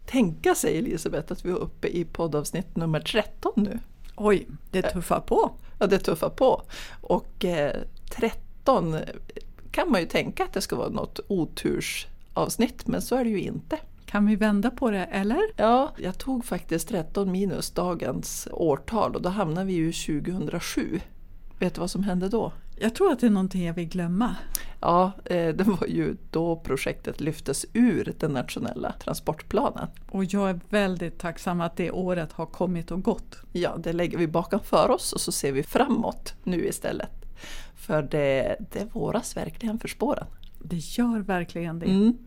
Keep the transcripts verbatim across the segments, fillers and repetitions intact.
tänka sig, Elisabeth, att vi är uppe i poddavsnitt nummer tretton nu. Oj, det tuffar på. Ja, det tuffar på. Och eh, tretton kan man ju tänka att det ska vara något otursavsnitt, men så är det ju inte. Kan vi vända på det, eller? Ja, jag tog faktiskt tretton minus dagens årtal och då hamnar vi ju tjugohundrasju. Vet du vad som hände då? Jag tror att det är någonting jag vill glömma. Ja, det var ju då projektet lyftes ur den nationella transportplanen. Och jag är väldigt tacksam att det året har kommit och gått. Ja, det lägger vi bakom för oss och så ser vi framåt nu istället. För det, det våras verkligen för spåren. Det gör verkligen det. Mm.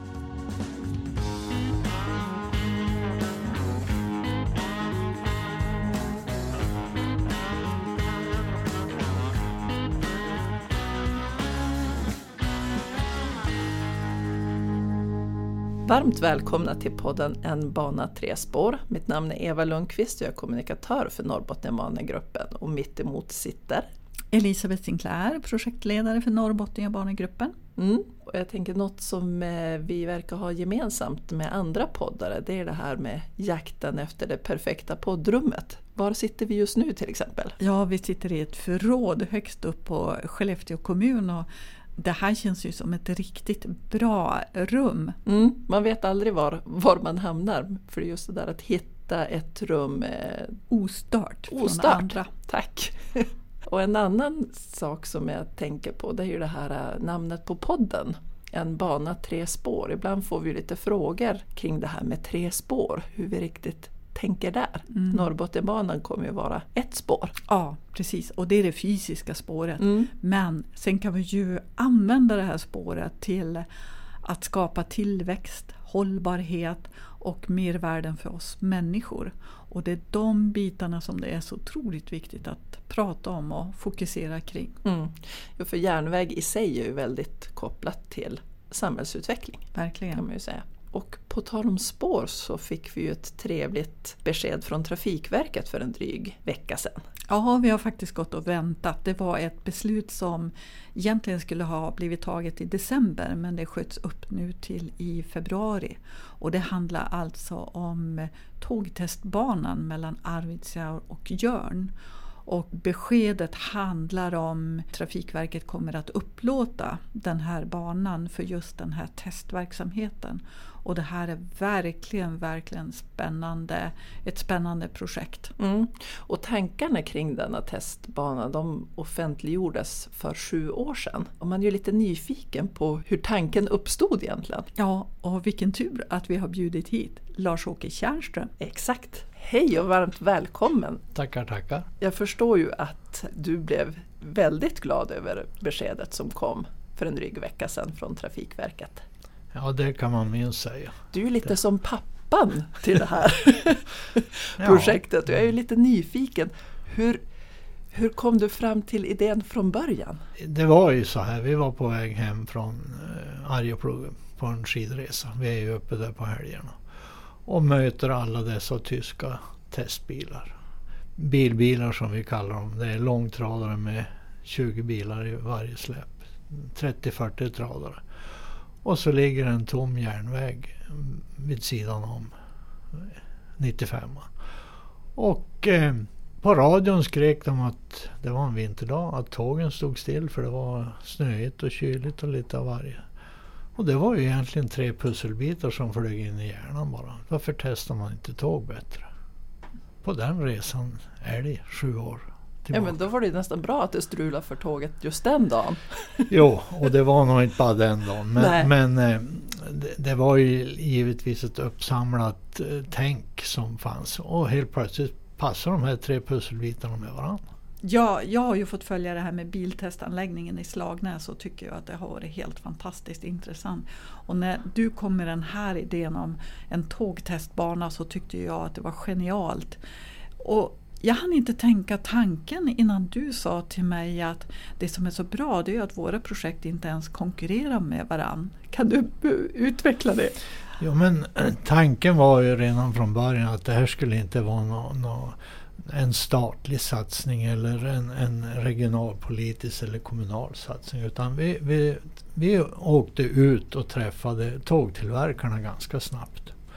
Varmt välkomna till podden En bana tre spår. Mitt namn är Eva Lundqvist och jag är kommunikatör för Norrbotniabanegruppen. Och mitt emot sitter Elisabeth Sinclair, projektledare för Norrbotniabanegruppen. Mm. Och jag tänker något som vi verkar ha gemensamt med andra poddare, det är det här med jakten efter det perfekta poddrummet. Var sitter vi just nu till exempel? Ja, vi sitter i ett förråd högst upp på Skellefteå kommun och det här känns ju som ett riktigt bra rum. Mm, man vet aldrig var, var man hamnar. För det är just det där att hitta ett rum eh, ostört, ostört från andra. Tack. Och en annan sak som jag tänker på, det är ju det här namnet på podden. En bana tre spår. Ibland får vi lite frågor kring det här med tre spår. Hur vi riktigt tänker där. Mm. Norrbotniabanan kommer ju vara ett spår. Ja, precis. Och det är det fysiska spåret. Mm. Men sen kan vi ju använda det här spåret till att skapa tillväxt, hållbarhet och mervärden för oss människor. Och det är de bitarna som det är så otroligt viktigt att prata om och fokusera kring. Mm. Ja, för järnväg i sig är ju väldigt kopplat till samhällsutveckling. Verkligen. Kan man ju säga. Och på tal om spår så fick vi ju ett trevligt besked från Trafikverket för en dryg vecka sedan. Ja, vi har faktiskt gått och väntat. Det var ett beslut som egentligen skulle ha blivit taget i december, men det sköts upp nu till i februari. Och det handlar alltså om tågtestbanan mellan Arvidsjaur och Jörn. Och beskedet handlar om att Trafikverket kommer att upplåta den här banan för just den här testverksamheten. Och det här är verkligen, verkligen spännande, ett spännande projekt. Mm. Och tankarna kring denna testbana, de offentliggjordes för sju år sedan. Och man är ju lite nyfiken på hur tanken uppstod egentligen. Ja, och vilken tur att vi har bjudit hit Lars-Åke Tjärnström. Exakt. Hej och varmt välkommen. Tackar, tackar. Jag förstår ju att du blev väldigt glad över beskedet som kom för en dryg vecka sedan från Trafikverket. Ja, det kan man minst säga. Du är lite det. Som pappan till det här projektet. Jag är ju lite nyfiken. Hur, hur kom du fram till idén från början? Det var ju så här, vi var på väg hem från Arjeplog på en skidresa. Vi är ju uppe där på helgerna. Och möter alla dessa tyska testbilar. Bilbilar som vi kallar dem. Det är långtradare med tjugo bilar i varje släp. trettio till fyrtio tradare. Och så ligger en tom järnväg vid sidan om nittiofem. Och eh, på radion skrek de att det var en vinterdag. Att tågen stod still för det var snöigt och kyligt och lite av varje. Och det var ju egentligen tre pusselbitar som flög in i hjärnan bara. Varför testar man inte tåg bättre? På den resan är det sju år tillbaka. Ja, men då var det nästan bra att det strulade för tåget just den dagen. Jo, och det var nog inte bara den dagen. Men, men eh, det, det var ju givetvis ett uppsamlat eh, tänk som fanns. Och helt plötsligt passar de här tre pusselbitarna med varandra. Ja, jag har ju fått följa det här med biltestanläggningen i Slagnäs och tycker jag att det har varit helt fantastiskt intressant. Och när du kom med den här idén om en tågtestbana så tyckte jag att det var genialt. Och jag hann inte tänka tanken innan du sa till mig att det som är så bra det är att våra projekt inte ens konkurrerar med varann. Kan du utveckla det? Ja, men tanken var ju redan från början att det här skulle inte vara någon... Nå en statlig satsning eller en, en regionalpolitisk eller kommunal satsning, utan vi, vi, vi åkte ut och träffade tågtillverkarna ganska snabbt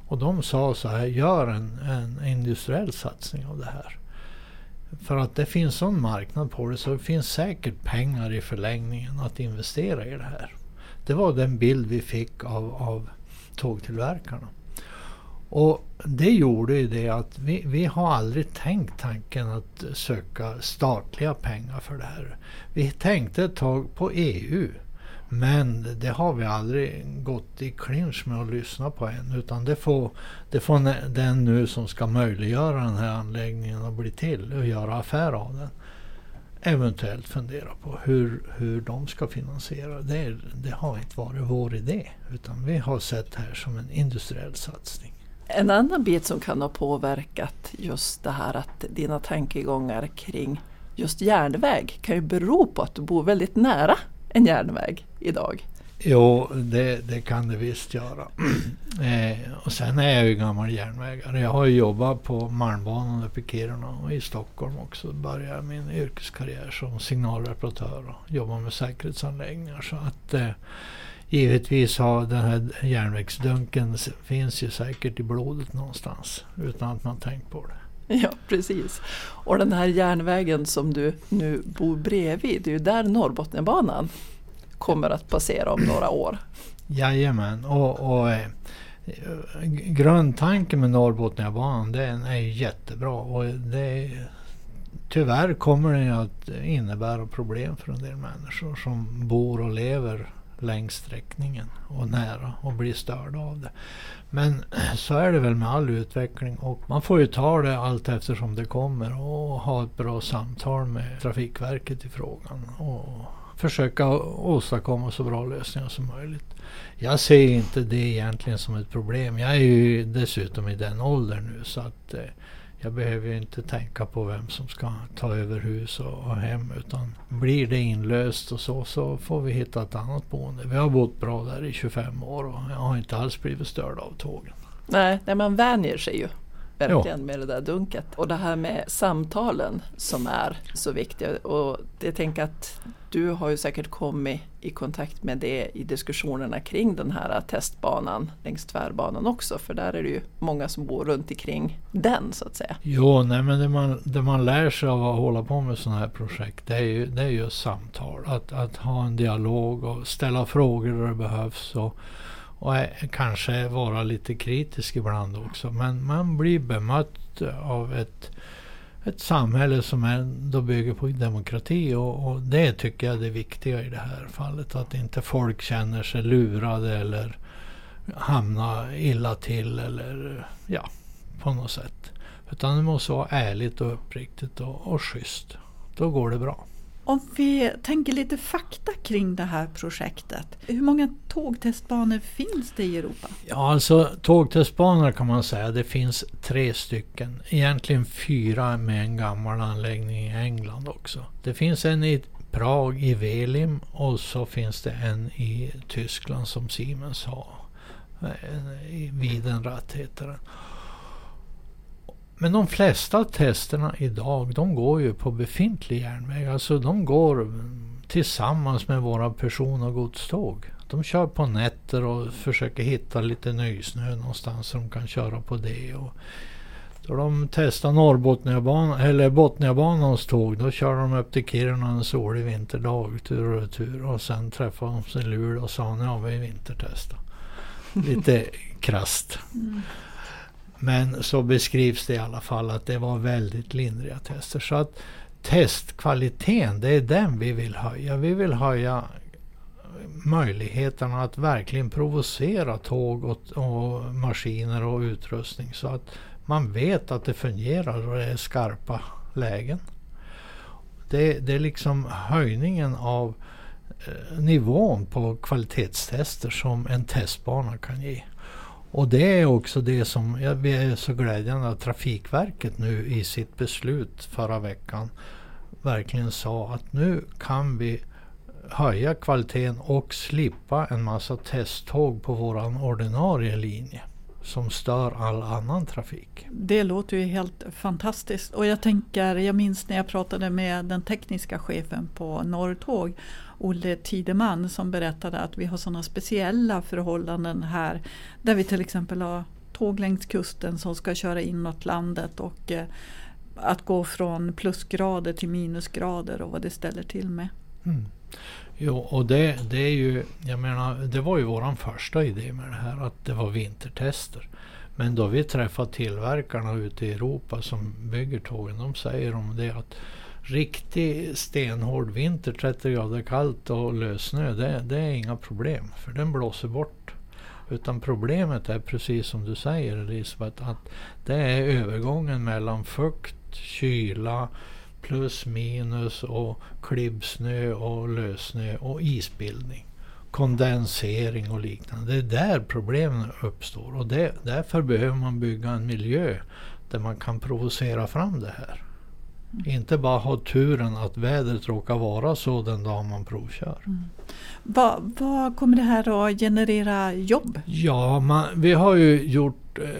Och de sa så här, gör en, en industriell satsning av det här. För att det finns sån marknad på det, så det finns säkert pengar i förlängningen att investera i det här. Det var den bild vi fick av, av tågtillverkarna. Och det gjorde ju det att vi, vi har aldrig tänkt tanken att söka statliga pengar för det här. Vi tänkte ett tag på E U. Men det har vi aldrig gått i clinch med att lyssna på än. Utan det får, det får den nu som ska möjliggöra den här anläggningen att bli till och göra affär av den. Eventuellt fundera på hur, hur de ska finansiera. Det, det har inte varit vår idé. Utan vi har sett det här som en industriell satsning. En annan bit som kan ha påverkat just det här att dina tankegångar kring just järnväg kan ju bero på att du bor väldigt nära en järnväg idag. Jo, det, det kan det visst göra. eh, och sen är jag ju gammal järnvägare. Jag har ju jobbat på Malmbanan uppe i Kiruna och i Stockholm också. Började min yrkeskarriär som signalreparatör och jobbar med säkerhetsanläggningar. Så att eh, givetvis har den här järnvägsdunken finns ju säkert i blodet någonstans utan att man tänkt på det. Ja, precis. Och den här järnvägen som du nu bor bredvid, det är ju där Norrbotniabanan kommer att passera om några år. Jajamän, och, och eh, grundtanken med Norrbotniabanan den är ju jättebra och det, tyvärr kommer den att innebära problem för en del människor som bor och lever längs sträckningen och nära och blir störda av det. Men så är det väl med all utveckling och man får ju ta det allt eftersom det kommer och ha ett bra samtal med Trafikverket i frågan och försöka åstadkomma så bra lösningar som möjligt. Jag ser inte det egentligen som ett problem. Jag är ju dessutom i den åldern nu så att eh, jag behöver ju inte tänka på vem som ska ta över hus och, och hem utan blir det inlöst och så så får vi hitta ett annat boende. Vi har bott bra där i tjugofem år och jag har inte alls blivit störd av tågen. Nej, nej man vänjer sig ju verkligen jo. med det där dunket. Och det här med samtalen som är så viktiga och jag tänker att du har ju säkert kommit i kontakt med det i diskussionerna kring den här testbanan längs tvärbanan också för där är det ju många som bor runt omkring den så att säga. Jo, nej men det man, det man lär sig av att hålla på med sådana här projekt det är ju, det är ju samtal. Att, att ha en dialog och ställa frågor där det behövs och Och är, kanske vara lite kritisk ibland också. Men man blir bemött av ett, ett samhälle som ändå bygger på demokrati. Och, och det tycker jag är det viktiga i det här fallet. Att inte folk känner sig lurade eller hamna illa till. Eller ja, på något sätt. Utan det måste vara ärligt och uppriktigt och, och schysst. Då går det bra. Om vi tänker lite fakta kring det här projektet. Hur många tågtestbanor finns det i Europa? Ja, alltså tågtestbanor kan man säga. Det finns tre stycken. Egentligen fyra med en gammal anläggning i England också. Det finns en i Prag i Velim och så finns det en i Tyskland som Siemens har. I Wiedenrath heter den. Men de flesta testerna idag, de går ju på befintlig järnväg. Alltså de går tillsammans med våra person- och godståg. De kör på nätter och försöker hitta lite nysnö någonstans så de kan köra på det. Och då de testar Norrbotniabanan eller Botniabanans tåg, då kör de upp till Kiruna en solig vinterdag tur och retur. Och sen träffar de sig Luleå och sa ja, vi vintertesta. Lite krasst. Mm. Men så beskrivs det i alla fall att det var väldigt lindriga tester. Så att testkvaliteten, det är den vi vill höja. Vi vill höja möjligheterna att verkligen provocera tåg och, och maskiner och utrustning. Så att man vet att det fungerar och det är skarpa lägen. Det, det är liksom höjningen av eh, nivån på kvalitetstester som en testbana kan ge. Och det är också det som jag är så glädjande att Trafikverket nu i sitt beslut förra veckan verkligen sa att nu kan vi höja kvaliteten och slippa en massa testtåg på våran ordinarie linje som stör all annan trafik. Det låter ju helt fantastiskt och jag tänker, jag minns när jag pratade med den tekniska chefen på Norrtåg, Olle Tideman, som berättade att vi har sådana speciella förhållanden här där vi till exempel har tåg längs kusten som ska köra inåt landet och eh, att gå från plusgrader till minusgrader och vad det ställer till med. Mm. Jo, och det, det är ju, jag menar, det var ju våran första idé med det här, att det var vintertester. Men då vi träffar tillverkarna ute i Europa som bygger tågen, de säger om det att riktig stenhård vinter, trettio grader kallt och lössnö, det, det är inga problem, för den blåser bort. Utan problemet är precis som du säger, Elisabeth, att det är övergången mellan fukt, kyla, plus minus och klibbsnö och lössnö och isbildning, kondensering och liknande. Det är där problemen uppstår, och det, därför behöver man bygga en miljö där man kan provocera fram det här. Mm. Inte bara ha turen att vädret råkar vara så den dag man provkör. Mm. Vad, vad kommer det här att generera jobb? Ja, man, vi har ju gjort eh,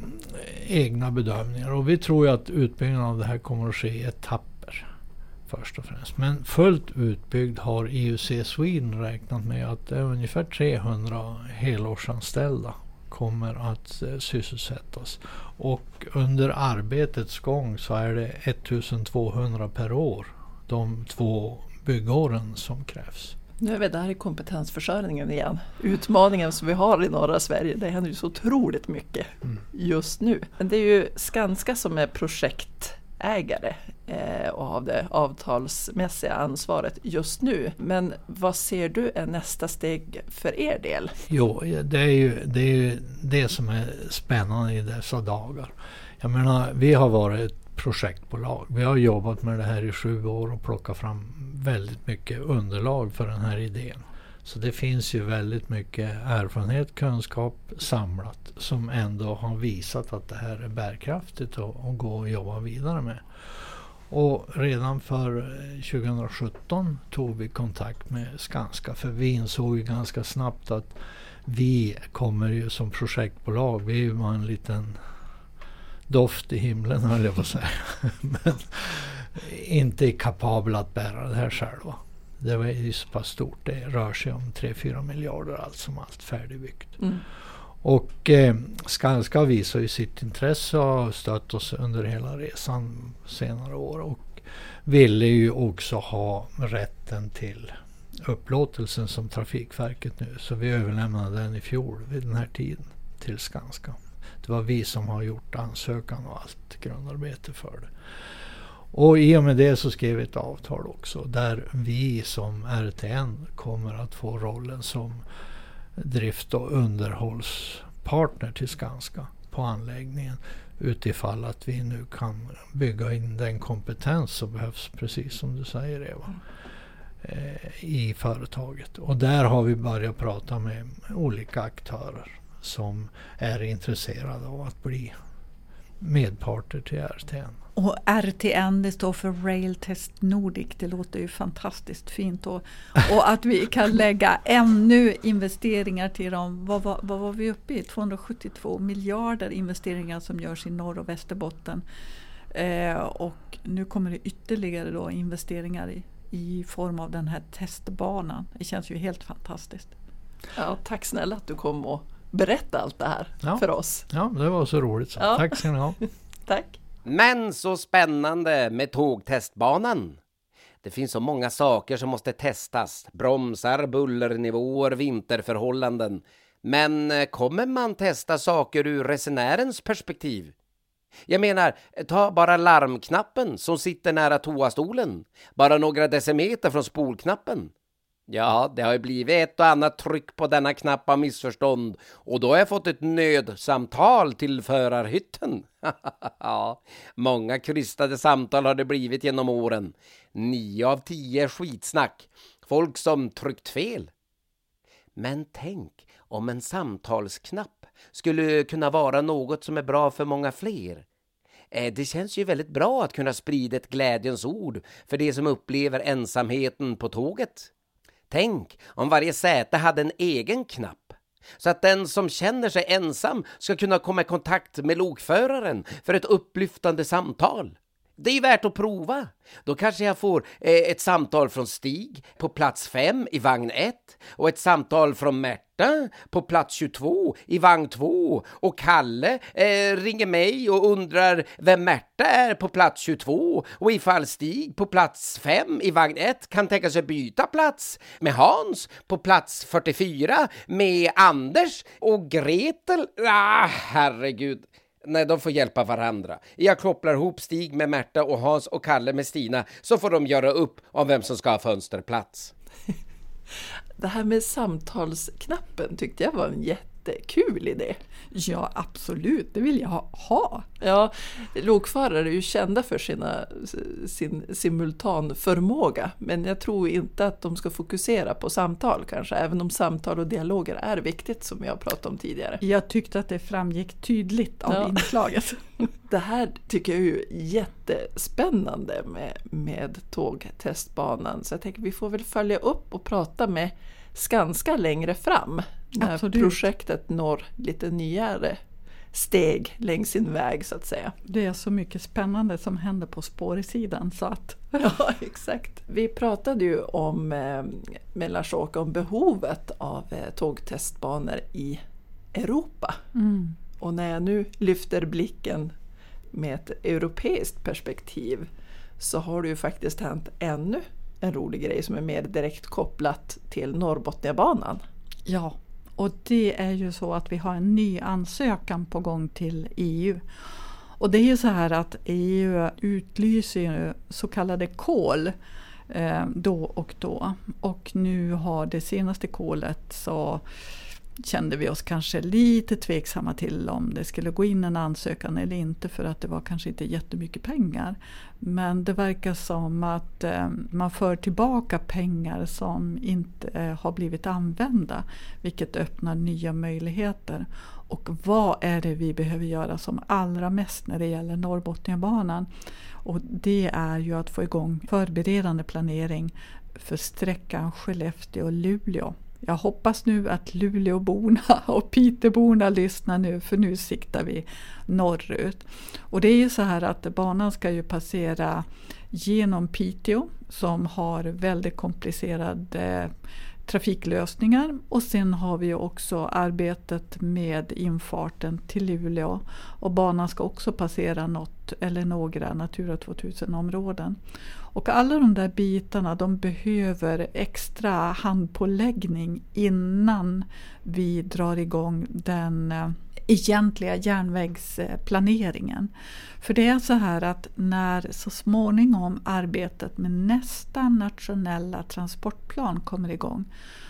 egna bedömningar, och vi tror ju att utbyggnaden av det här kommer att ske i etapper först och främst. Men fullt utbyggd har I U C Sweden räknat med att det är ungefär trehundra helårsanställda kommer att eh, sysselsättas. Och under arbetets gång så är det ettusentvåhundra per år, de två byggåren som krävs. Nu är vi där i kompetensförsörjningen igen. Utmaningen som vi har i norra Sverige, det händer ju så otroligt mycket mm. just nu. Men det är ju Skanska som är projektägare eh, och har det avtalsmässiga ansvaret just nu. Men vad ser du är nästa steg för er del? Jo, det är ju det, är ju det som är spännande i dessa dagar. Jag menar, vi har varit ett projektbolag. Vi har jobbat med det här i sju år och plockat fram väldigt mycket underlag för den här idén. Så det finns ju väldigt mycket erfarenhet, kunskap samlat som ändå har visat att det här är bärkraftigt att, att gå och jobba vidare med. Och redan för tjugosjutton tog vi kontakt med Skanska, för vi insåg ju ganska snabbt att vi kommer ju som projektbolag, vi är ju en liten doft i himlen, höll jag på att säga. Men inte är kapabel att bära det här själva. Det var ju så pass stort. Det rör sig om tre fyra miljarder allt som allt färdigbyggt. Mm. Och eh, Skanska visar ju sitt intresse och har stött oss under hela resan senare år. Och ville ju också ha rätten till upplåtelsen som Trafikverket nu. Så vi överlämnade den i fjol vid den här tiden till Skanska. Det var vi som har gjort ansökan och allt grundarbete för det. Och i och med det så skrev vi ett avtal också där vi som R T N kommer att få rollen som drift- och underhållspartner till Skanska på anläggningen, utifall att vi nu kan bygga in den kompetens som behövs, precis som du säger, Eva, eh, i företaget. Och där har vi börjat prata med olika aktörer som är intresserade av att bli medparter till R T N. Och R T N, det står för Rail Test Nordic. Det låter ju fantastiskt fint. Och, och att vi kan lägga ännu investeringar till dem. Vad, vad, vad var vi uppe i? tvåhundrasjuttiotvå miljarder investeringar som görs i Norr- och Västerbotten. Eh, och nu kommer det ytterligare då investeringar i, i form av den här testbanan. Det känns ju helt fantastiskt. Ja, tack snälla att du kom och berätta allt det här ja. för oss. Ja, det var så roligt. Så. Ja. Tack ska ni ha. Tack. Men så spännande med tågtestbanan. Det finns så många saker som måste testas. Bromsar, bullernivåer, vinterförhållanden. Men kommer man testa saker ur resenärens perspektiv? Jag menar, ta bara larmknappen som sitter nära toastolen. Bara några decimeter från spolknappen. Ja, det har ju blivit ett och annat tryck på denna knapp av missförstånd. Och då har jag fått ett nödsamtal till förarhytten. Ja, många krystade samtal har det blivit genom åren. Nio av tio skitsnack. Folk som tryckt fel. Men tänk om en samtalsknapp skulle kunna vara något som är bra för många fler. Det känns ju väldigt bra att kunna sprida ett glädjens ord för de som upplever ensamheten på tåget. Tänk om varje säte hade en egen knapp, så att den som känner sig ensam ska kunna komma i kontakt med lokföraren för ett upplyftande samtal. Det är ju värt att prova. Då kanske jag får eh, ett samtal från Stig på plats fem i vagn ett och ett samtal från Märta på plats tjugotvå i vagn två och Kalle eh, ringer mig och undrar vem Märta är på plats tjugotvå och ifall Stig på plats fem i vagn ett kan tänka sig byta plats med Hans på plats fyrtiofyra med Anders och Gretel. Ah, herregud. Nej, de får hjälpa varandra. Jag kopplar ihop Stig med Märta och Hans och Kalle med Stina, så får de göra upp om vem som ska ha fönsterplats. Det här med samtalsknappen tyckte jag var en jättekul idé. Ja, absolut. Det vill jag ha. Ja, lokförare är ju kända för sina, sin simultanförmåga, men jag tror inte att de ska fokusera på samtal kanske, även om samtal och dialoger är viktigt som jag pratade om tidigare. Jag tyckte att det framgick tydligt av ja. inslaget. Det här tycker jag är ju jättespännande med, med tågtestbanan, så jag tänker vi får väl följa upp och prata med Skanska längre fram när Absolut. projektet når lite nyare steg längs sin väg så att säga. Det är så mycket spännande som händer på spårsidan så att... Ja, exakt. Vi pratade ju om med Lars-Åke om behovet av tågtestbanor i Europa. Mm. Och när jag nu lyfter blicken med ett europeiskt perspektiv så har det ju faktiskt hänt ännu en rolig grej som är mer direkt kopplat till Norrbotniabanan. Ja, och det är ju så att vi har en ny ansökan på gång till E U. Och det är ju så här att E U utlyser ju så kallade kol eh, då och då. Och nu har det senaste kolet så kände vi oss kanske lite tveksamma till om det skulle gå in en ansökan eller inte, för att det var kanske inte jättemycket pengar. Men det verkar som att eh, man för tillbaka pengar som inte eh, har blivit använda, vilket öppnar nya möjligheter. Och vad är det vi behöver göra som allra mest när det gäller Norrbotniabanan? Och det är ju att få igång förberedande planering för sträckan Skellefteå-Luleå. Jag hoppas nu att Luleåborna och Piteborna lyssnar nu, för nu siktar vi norrut. Och det är ju så här att banan ska ju passera genom Piteå som har väldigt komplicerade trafiklösningar. Och sen har vi också arbetet med infarten till Luleå. Och banan ska också passera något eller några Natura tvåtusen-områden. Och alla de där bitarna, de behöver extra handpåläggning innan vi drar igång den egentliga järnvägsplaneringen. För det är så här att när så småningom arbetet med nästa nationella transportplan kommer igång,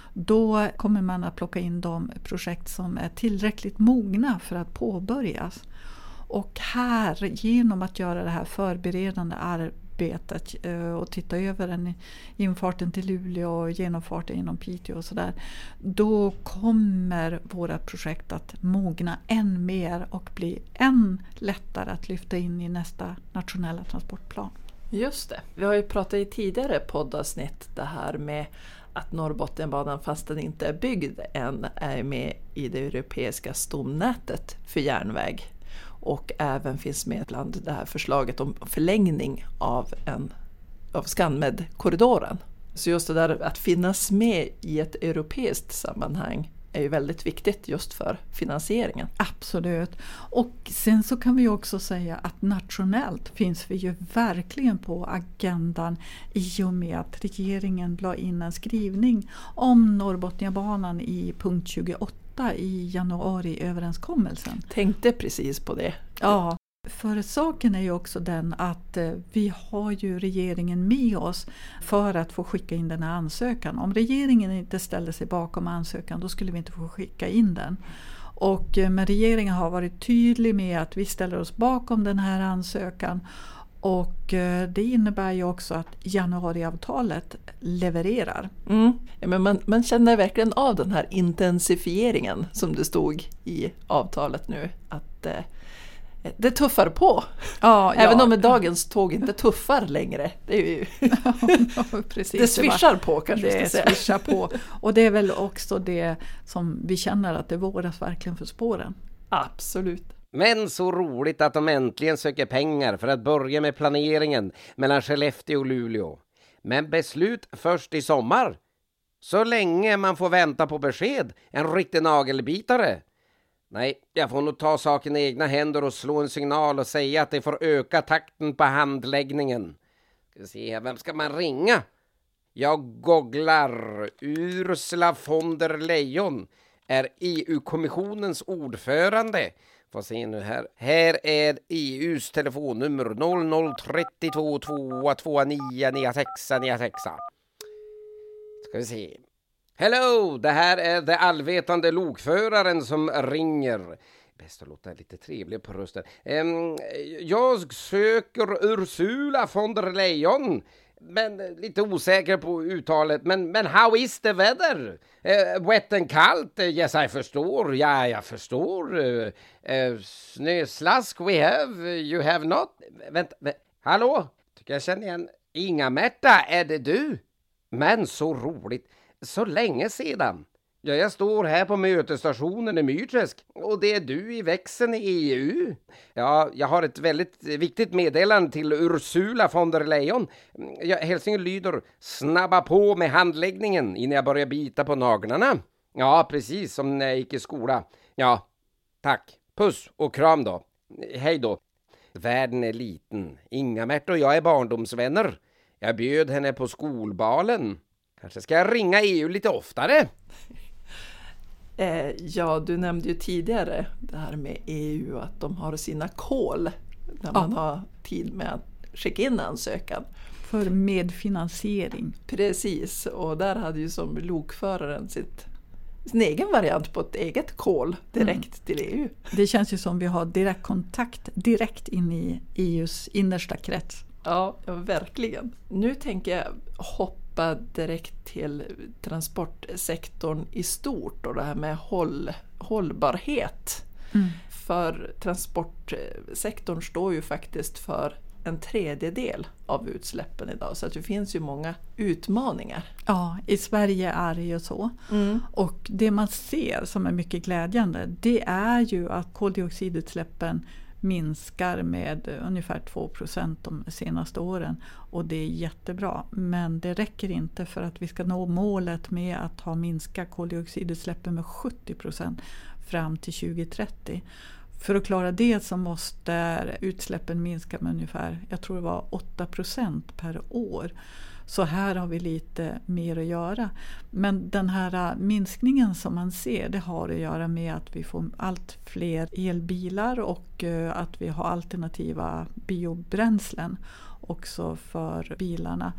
då kommer man att plocka in de projekt som är tillräckligt mogna för att påbörjas. Och här, genom att göra det här förberedande arbetet och titta över den infarten till Luleå och genomfarten inom Piteå och sådär, då kommer våra projekt att mogna än mer och bli än lättare att lyfta in i nästa nationella transportplan. Just det. Vi har ju pratat i tidigare poddavsnitt det här med att Norrbotniabanan, fast den inte är byggd än, är med i det europeiska stomnätet för järnväg. Och även finns med bland det här förslaget om förlängning av, en, av ScanMed-korridoren. Så just det där att finnas med i ett europeiskt sammanhang är ju väldigt viktigt just för finansieringen. Absolut. Och sen så kan vi också säga att nationellt finns vi ju verkligen på agendan i och med att regeringen la in en skrivning om Norrbotniabanan i punkt tjugoåtta i januari-överenskommelsen. Tänkte precis på det. Ja. För saken är ju också den att vi har ju regeringen med oss för att få skicka in den här ansökan. Om regeringen inte ställer sig bakom ansökan, då skulle vi inte få skicka in den. Och men regeringen har varit tydlig med att vi ställer oss bakom den här ansökan. Och det innebär ju också att januariavtalet levererar. Mm. Ja, men man, man känner verkligen av den här intensifieringen som det stod i avtalet nu. Att eh, det tuffar på. Ja, Även ja. om dagens tåg inte tuffar längre. Det är ju ja, precis. Det svischar på kanske. Det svischar på. Och det är väl också det som vi känner att det våras verkligen för spåren. Absolut. Men så roligt att de äntligen söker pengar för att börja med planeringen mellan Skellefteå och Luleå. Men beslut först i sommar. Så länge man får vänta på besked, en riktig nagelbitare. Nej, jag får nog ta saken i egna händer och slå en signal och säga att det får öka takten på handläggningen. Ska vi se, vem ska man ringa? Jag googlar. Ursula von der Leyen är E U-kommissionens ordförande. Får se nu här. Här är E U:s telefonnummer noll noll tre två två två nio nio sex nio sex. Ska vi se. Hello, det här är det allvetande lokföraren som ringer. Bäst att låta lite trevlig på rösten. Um, jag söker Ursula von der Leyen. Men lite osäker på uttalet. Men, men how is the weather? Uh, wet and kallt? Uh, yes, I förstår. Ja, jag förstår. Uh, uh, snöslask we have. Uh, you have not. Vänta, vänta. Hallå? Tycker jag känner igen. Inga-Märta, är det du? Men så roligt. Så länge sedan. Ja, jag står här på mötestationen i Myrträsk och det är du i växeln i E U. Ja, jag har ett väldigt viktigt meddelande till Ursula von der Leyen. Ja, hälsningen lyder: snabba på med handläggningen innan jag börjar bita på naglarna. Ja, precis som när jag gick i skola. Ja, tack. Puss och kram då. Hej då. Världen är liten. Inga-Märta och jag är barndomsvänner. Jag bjöd henne på skolbalen. Kanske ska jag ringa E U lite oftare. Eh, ja, du nämnde ju tidigare det här med E U, att de har sina kol när Ja. man har tid med att skicka in ansökan. För medfinansiering. Precis, och där hade ju som lokföraren sitt, sin egen variant på ett eget kol direkt mm. till E U. Det känns ju som vi har direkt kontakt direkt in i E U:s innersta krets. Ja, ja, verkligen. Nu tänker jag hoppa direkt till transportsektorn i stort och det här med håll, hållbarhet. Mm. För transportsektorn står ju faktiskt för en tredjedel av utsläppen idag, så att det finns ju många utmaningar. Ja, i Sverige är det ju så. Mm. Och det man ser som är mycket glädjande, det är ju att koldioxidutsläppen minskar med ungefär två procent de senaste åren. Och det är jättebra. Men det räcker inte för att vi ska nå målet med att ha minskat koldioxidutsläppen med sjuttio procent fram till tjugo trettio. För att klara det så måste utsläppen minska med ungefär, jag tror det var åtta procent per år. Så här har vi lite mer att göra. Men den här minskningen som man ser, det har att göra med att vi får allt fler elbilar och att vi har alternativa biobränslen också för bilarna.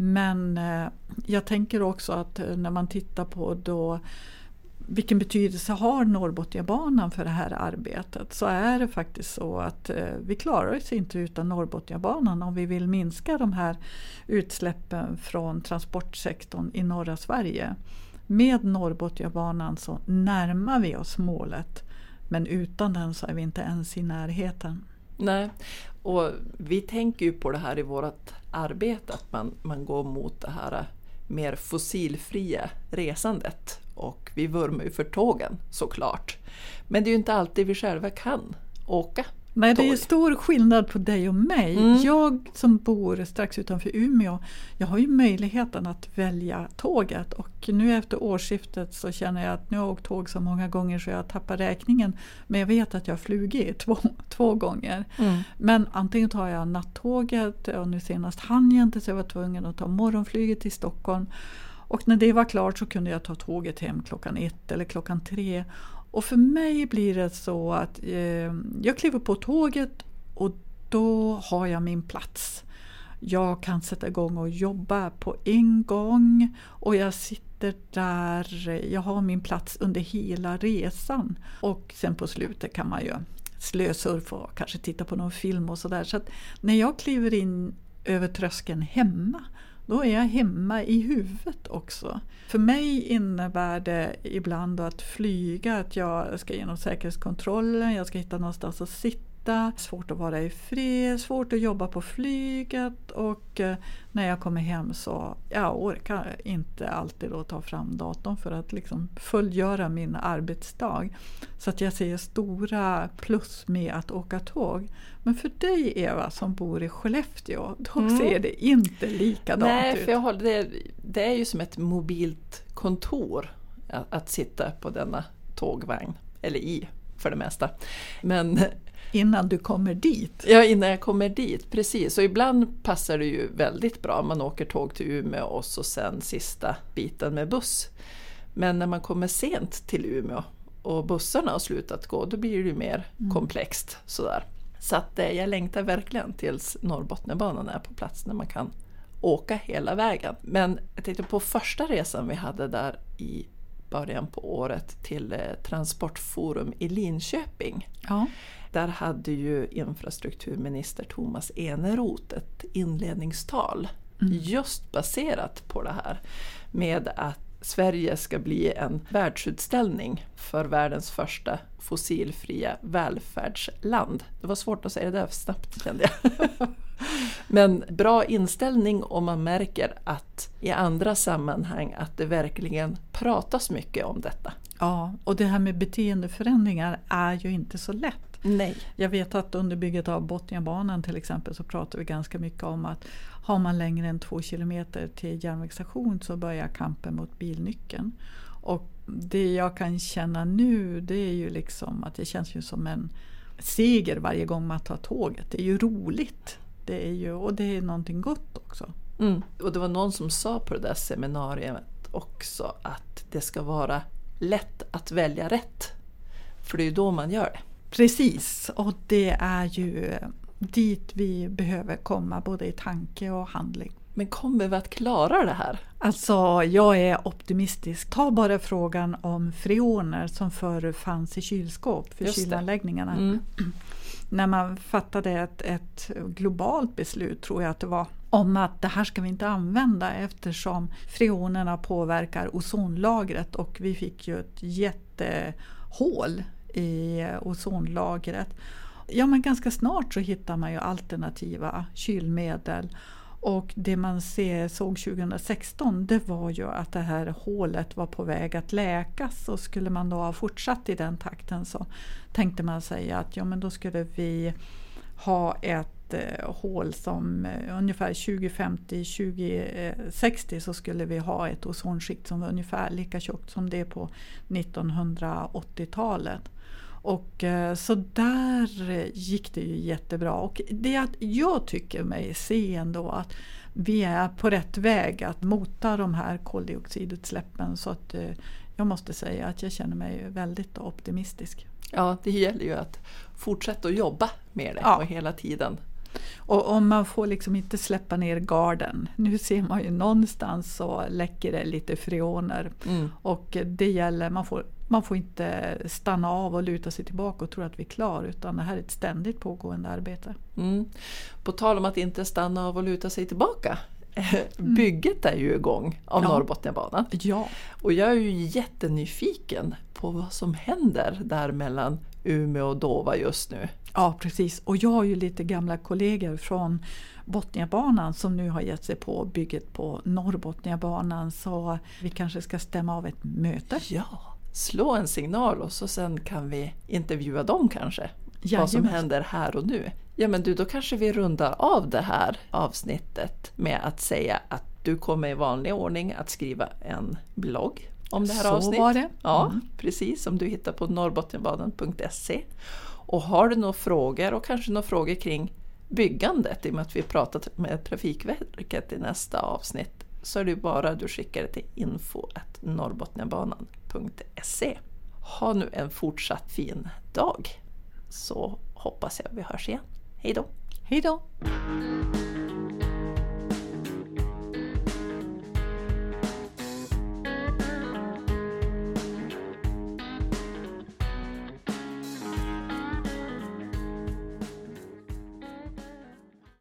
Men jag tänker också att när man tittar på då vilken betydelse har Norrbotniabanan för det här arbetet, så är det faktiskt så att eh, vi klarar oss inte utan Norrbotniabanan om vi vill minska de här utsläppen från transportsektorn i norra Sverige. Med Norrbotniabanan så närmar vi oss målet, men utan den så är vi inte ens i närheten. Nej, och vi tänker ju på det här i vårt arbete, att man, man går mot det här mer fossilfria resandet. Och vi vurmar ju för tågen såklart. Men det är ju inte alltid vi själva kan åka. Nej, det är tåg. stor skillnad på dig och mig. Mm. Jag som bor strax utanför Umeå, jag har ju möjligheten att välja tåget. Och nu efter årsskiftet så känner jag att nu har jag åkt tåg så många gånger så jag tappar räkningen. Men jag vet att jag har flugit två, två gånger. Mm. Men antingen tar jag nattåget och nu senast hann jag inte så jag var tvungen att ta morgonflyget till Stockholm. Och när det var klart så kunde jag ta tåget hem klockan ett eller klockan tre. Och för mig blir det så att eh, jag kliver på tåget och då har jag min plats. Jag kan sätta igång och jobba på en gång och jag sitter där, jag har min plats under hela resan. Och sen på slutet kan man ju slösurfa och kanske titta på någon film och sådär. Så att när jag kliver in över tröskeln hemma, då är jag hemma i huvudet också. För mig innebär det ibland att flyga, att jag ska genom säkerhetskontrollen, jag ska hitta någonstans att sitta. sitta, svårt att vara i fred, svårt att jobba på flyget och eh, när jag kommer hem så jag orkar inte alltid då ta fram datorn för att liksom fullgöra min arbetsdag. Så att jag ser stora plus med att åka tåg. Men för dig Eva som bor i Skellefteå, då mm. ser det inte likadant Nej, ut. för jag håller, det, det är ju som ett mobilt kontor att, att sitta på denna tågvagn, eller i för det mesta. Men innan du kommer dit? Ja, innan jag kommer dit, precis. Och ibland passar det ju väldigt bra. Man åker tåg till Umeå och så sen sista biten med buss. Men när man kommer sent till Umeå och bussarna har slutat gå, då blir det ju mer mm. komplext. Sådär. Så att eh, jag längtar verkligen tills Norrbotniabanan är på plats när man kan åka hela vägen. Men jag tänkte på första resan vi hade där i början på året till eh, Transportforum i Linköping. Ja. Där hade ju infrastrukturminister Thomas Eneroth ett inledningstal mm. just baserat på det här med att Sverige ska bli en världsutställning för världens första fossilfria välfärdsland. Det var svårt att säga det där för snabbt, kände jag. Men bra inställning om man märker att i andra sammanhang att det verkligen pratas mycket om detta. Ja, och det här med beteendeförändringar är ju inte så lätt. Nej. Jag vet att under bygget av Botniabanan till exempel så pratar vi ganska mycket om att har man längre än två kilometer till järnvägsstation så börjar kampen mot bilnyckeln. Och det jag kan känna nu, det är ju liksom att det känns ju som en seger varje gång man tar tåget. Det är ju roligt. Det är ju, och det är någonting gott också. Mm. Och det var någon som sa på det där seminariet också att det ska vara lätt att välja rätt. För det är ju då man gör det. Precis, och det är ju dit vi behöver komma både i tanke och handling. Men kommer vi att klara det här? Alltså, jag är optimistisk. Ta bara frågan om freoner som förr fanns i kylskåp för kylanläggningarna. Mm. När man fattade ett, ett globalt beslut, tror jag att det var, om att det här ska vi inte använda eftersom freonerna påverkar ozonlagret och vi fick ju ett jättehål i ozonlagret. Ja, men ganska snart så hittar man ju alternativa kylmedel. Och det man se, såg tjugohundrasexton, det var ju att det här hålet var på väg att läkas. Och skulle man då ha fortsatt i den takten så tänkte man sig att ja, men då skulle vi ha ett eh, hål som eh, ungefär tjugo femtio till tjugo sextio så skulle vi ha ett ozonskikt som var ungefär lika tjockt som det på nittonhundraåttiotalet. Och så där gick det ju jättebra. Och det att jag tycker mig se ändå att vi är på rätt väg att mota de här koldioxidutsläppen. Så att jag måste säga att jag känner mig väldigt optimistisk. Ja, det gäller ju att fortsätta att jobba med det, ja. Och hela tiden. Och om man får liksom inte släppa ner garden. Nu ser man ju någonstans så läcker det lite freoner. Mm. Och det gäller, man får, man får inte stanna av och luta sig tillbaka och tro att vi är klar. Utan det här är ett ständigt pågående arbete. Mm. På tal om att inte stanna av och luta sig tillbaka. Bygget är ju igång av ja. Norrbotniabanan. Ja. Och jag är ju jättenyfiken på vad som händer där mellan Umeå och Dåva just nu. Ja, precis. Och jag har ju lite gamla kollegor från Botniabanan som nu har gett sig på bygget på Norrbotniabanan. Så vi kanske ska stämma av ett möte. Ja, slå en signal och så sen kan vi intervjua dem kanske. Ja, vad som just. händer här och nu. Ja, men du, då kanske vi rundar av det här avsnittet med att säga att du kommer i vanlig ordning att skriva en blogg om det här så avsnittet. Så var det. Ja, mm. precis, som du hittar på norrbotniabanan punkt se. Och har du några frågor och kanske några frågor kring byggandet, i och med att vi pratat med Trafikverket i nästa avsnitt, så är det bara du skickar det till info at norrbotniabanan punkt se. Ha nu en fortsatt fin dag, så hoppas jag vi hörs igen. Hej då! Hej då!